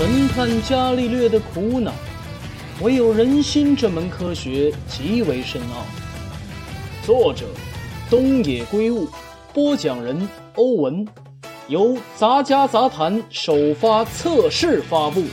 神探伽利略的苦恼，唯有人心这门科学极为深奥。作者东野圭吾，播讲人欧文，由杂家杂谈首发测试发布。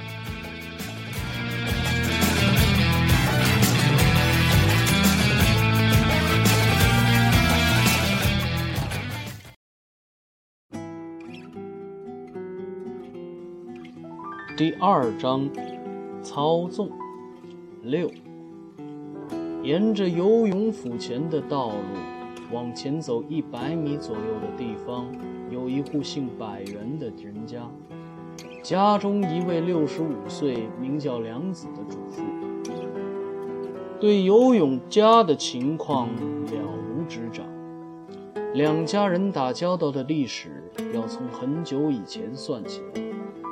第2章，操纵。6，沿着游泳府前的道路往前走100米左右的地方，有一户姓百元的人家，家中一位65岁名叫良子的主妇，对游泳家的情况了如指掌。两家人打交道的历史要从很久以前算起了。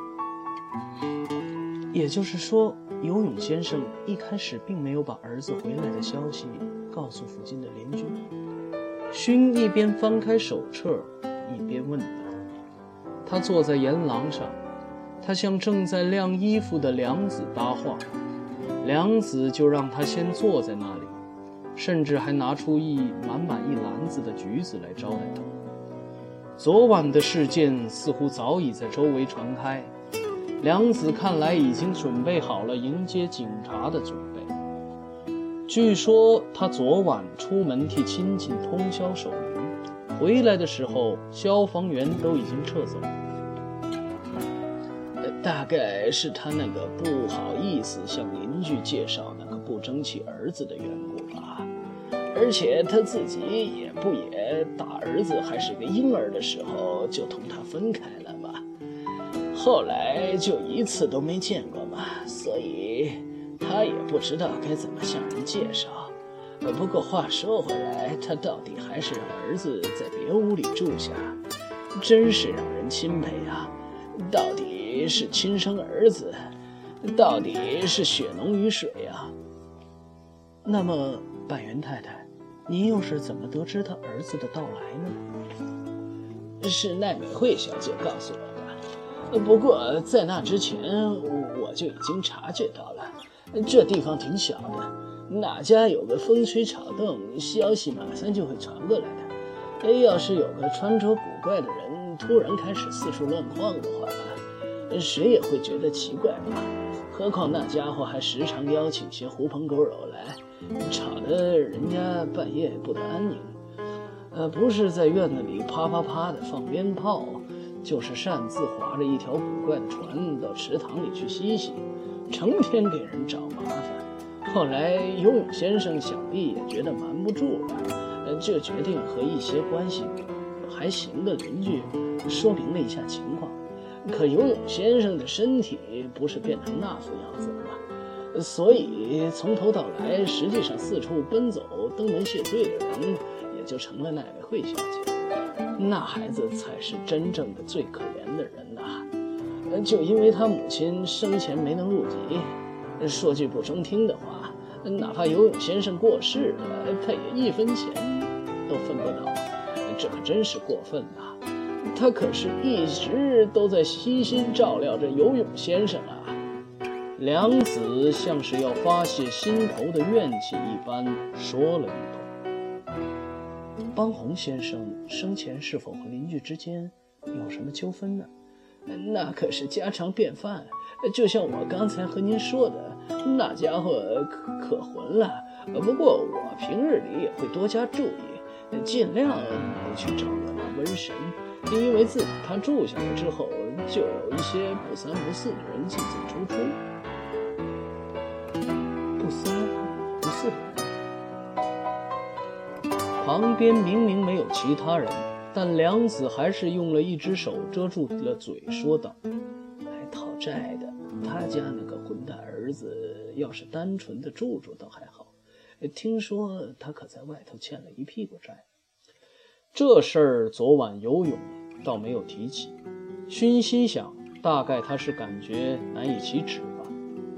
也就是说，游泳先生一开始并没有把儿子回来的消息告诉附近的邻居。勋一边翻开手册，一边问道。他坐在沿廊上，他向正在晾衣服的良子搭话，良子就让他先坐在那里，甚至还拿出满一篮子的橘子来招待他。昨晚的事件似乎早已在周围传开，良子看来已经准备好了迎接警察的准备。据说他昨晚出门替亲戚通宵守灵，回来的时候消防员都已经撤走。大概是他那个不好意思向邻居介绍那个不争气儿子的缘故吧。而且他自己也大儿子还是个婴儿的时候就同他分开了吧。后来就一次都没见过嘛，所以他也不知道该怎么向人介绍。不过话说回来，他到底还是让儿子在别屋里住下，真是让人钦佩啊！到底是亲生儿子，到底是血浓于水啊！那么，百元太太，您又是怎么得知他儿子的到来呢？是奈美惠小姐告诉我。不过在那之前我就已经察觉到了，这地方挺小的，哪家有个风吹草动，消息马上就会传过来的。要是有个穿着古怪的人突然开始四处乱晃的话，谁也会觉得奇怪吧。何况那家伙还时常邀请些狐朋狗友来，吵得人家半夜不得安宁。不是在院子里啪啪啪的放鞭炮，就是擅自划着一条古怪的船到池塘里去嬉戏，成天给人找麻烦。后来游泳先生想必也觉得瞒不住了，就决定和一些关系还行的邻居说明了一下情况。可游泳先生的身体不是变成那副样子了吗？所以从头到来，实际上四处奔走登门谢罪的人也就成了奈美惠小姐。那孩子才是真正的最可怜的人呐！就因为他母亲生前没能入籍，说句不中听的话，哪怕游泳先生过世了，他也一分钱都分不到，这可真是过分呐！他可是一直都在悉心照料着游泳先生啊！良子像是要发泄心头的怨气一般说了一通。邦红先生生前是否和邻居之间有什么纠纷呢？那可是家常便饭，就像我刚才和您说的，那家伙可混了。不过我平日里也会多加注意，尽量不去招惹那瘟神，因为自打他住下来之后，就有一些不三不四的人进进出出。不三不四。旁边明明没有其他人，但良子还是用了一只手遮住了嘴，说道：“还讨债的，他家那个混蛋儿子要是单纯的住倒还好，听说他可在外头欠了一屁股债。”这事儿昨晚游泳倒没有提起，勋心想，大概他是感觉难以启齿吧。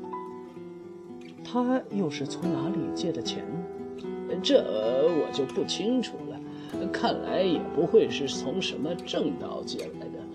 他又是从哪里借的钱呢？这我就不清楚了，看来也不会是从什么正道借来的。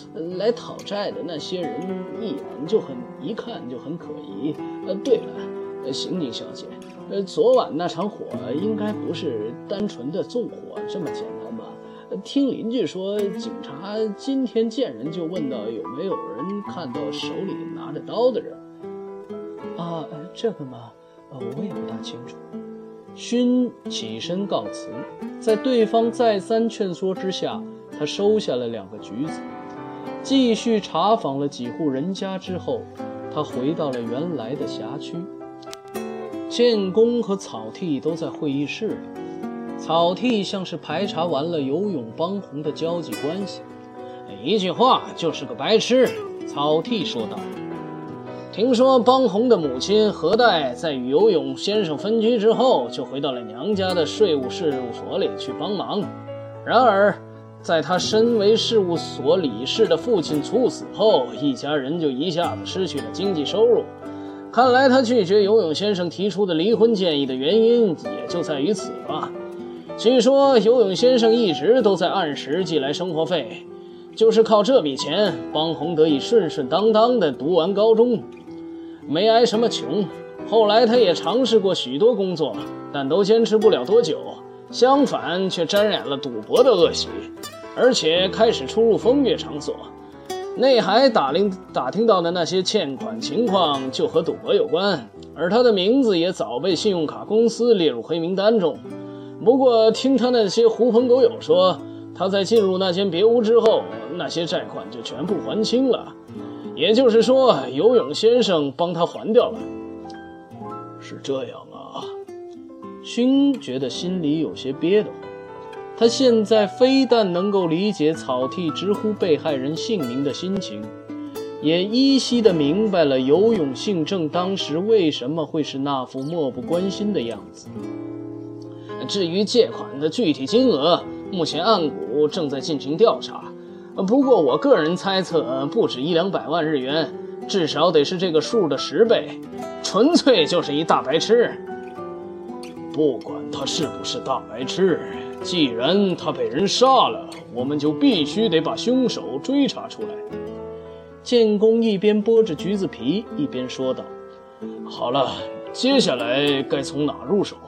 来讨债的那些人一看就很可疑。对了，刑警小姐，昨晚那场火应该不是单纯的纵火这么简单吧？听邻居说，警察今天见人就问到有没有人看到手里拿着刀的人。 这个嘛，我也不大清楚。 勋起身告辞，在对方再三劝说之下，他收下了2个橘子，继续查访了几户人家之后，他回到了原来的辖区。建功和草剃都在会议室里，草剃像是排查完了游泳帮红的交际关系。一句话就是个白痴，草剃说道。听说帮红的母亲何代在与游泳先生分居之后，就回到了娘家的税务事务所里去帮忙。然而在他身为事务所理事的父亲猝死后，一家人就一下子失去了经济收入。看来他拒绝游泳先生提出的离婚建议的原因也就在于此吧。据说游泳先生一直都在按时寄来生活费，就是靠这笔钱，帮红得以顺顺当当地读完高中，没挨什么穷。后来他也尝试过许多工作，但都坚持不了多久，相反却沾染了赌博的恶习，而且开始出入风月场所。内海打听到的那些欠款情况就和赌博有关，而他的名字也早被信用卡公司列入黑名单中。不过听他那些狐朋狗友说，他在进入那间别屋之后，那些债款就全部还清了，也就是说游泳先生帮他还掉了。 是这样啊。 勋觉得心里有些憋得慌。他现在非但能够理解草剃直呼被害人姓名的心情，也依稀地明白了游泳姓郑当时为什么会是那副漠不关心的样子。至于借款的具体金额，目前案股正在进行调查，不过我个人猜测不止100-200万日元，至少得是这个数的10倍，纯粹就是一大白痴。 不管他是不是大白痴，既然他被人杀了，我们就必须得把凶手追查出来。 建功一边剥着橘子皮一边说道。 好了，接下来该从哪入手？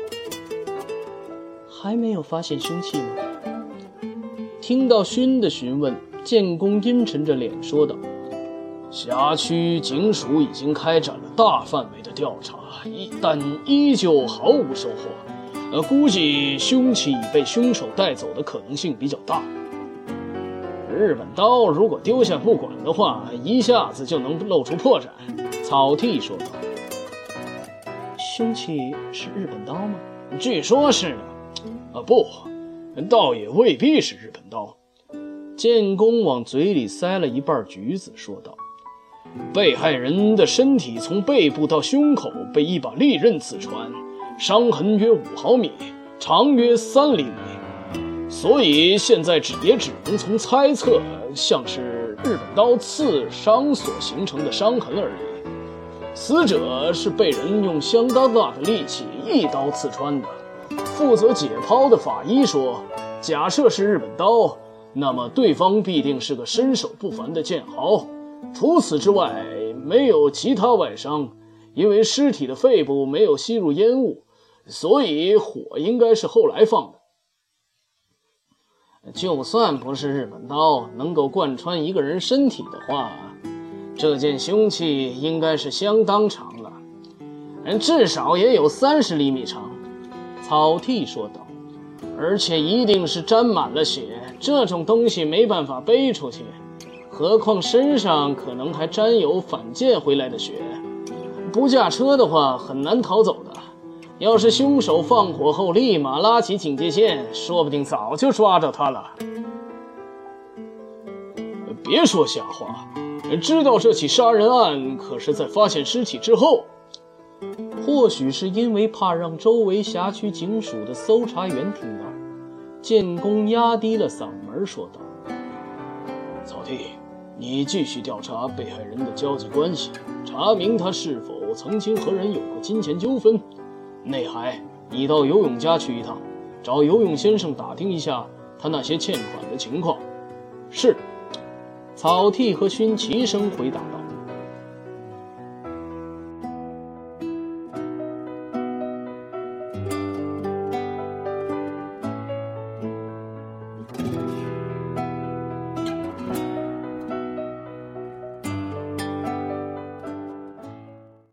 还没有发现凶器吗？听到勋的询问，建功阴沉着脸说道。 辖区警署已经开展了大范围的调查，但依旧毫无收获。估计凶器已被凶手带走的可能性比较大。 日本刀如果丢下不管的话，一下子就能露出破绽。草剃说道。凶器是日本刀吗？据说是呢。 不，倒也未必是日本刀。 建功往嘴里塞了一半橘子说道。 被害人的身体从背部到胸口被一把利刃刺穿，伤痕约5毫米，长约3厘米，所以现在也只能从猜测像是日本刀刺伤所形成的伤痕而已。死者是被人用相当大的力气一刀刺穿的。负责解剖的法医说，假设是日本刀，那么对方必定是个身手不凡的剑豪。除此之外没有其他外伤，因为尸体的肺部没有吸入烟雾，所以火应该是后来放的。 就算不是日本刀能够贯穿一个人身体的话，这件凶器应该是相当长了，至少也有30厘米长。草剃说道。而且一定是沾满了血，这种东西没办法背出去，何况身上可能还沾有反溅回来的血，不驾车的话很难逃走的。要是凶手放火后立马拉起警戒线，说不定早就抓着他了。 别说瞎话，知道这起杀人案可是在发现尸体之后。 或许是因为怕让周围辖区警署的搜查员听到，建功压低了嗓门说道。 草剃，你继续调查被害人的交际关系，查明他是否曾经和人有过金钱纠纷。内海，你到游泳家去一趟，找游泳先生打听一下他那些欠款的情况。 是。 草剃和勋齐声回答道：“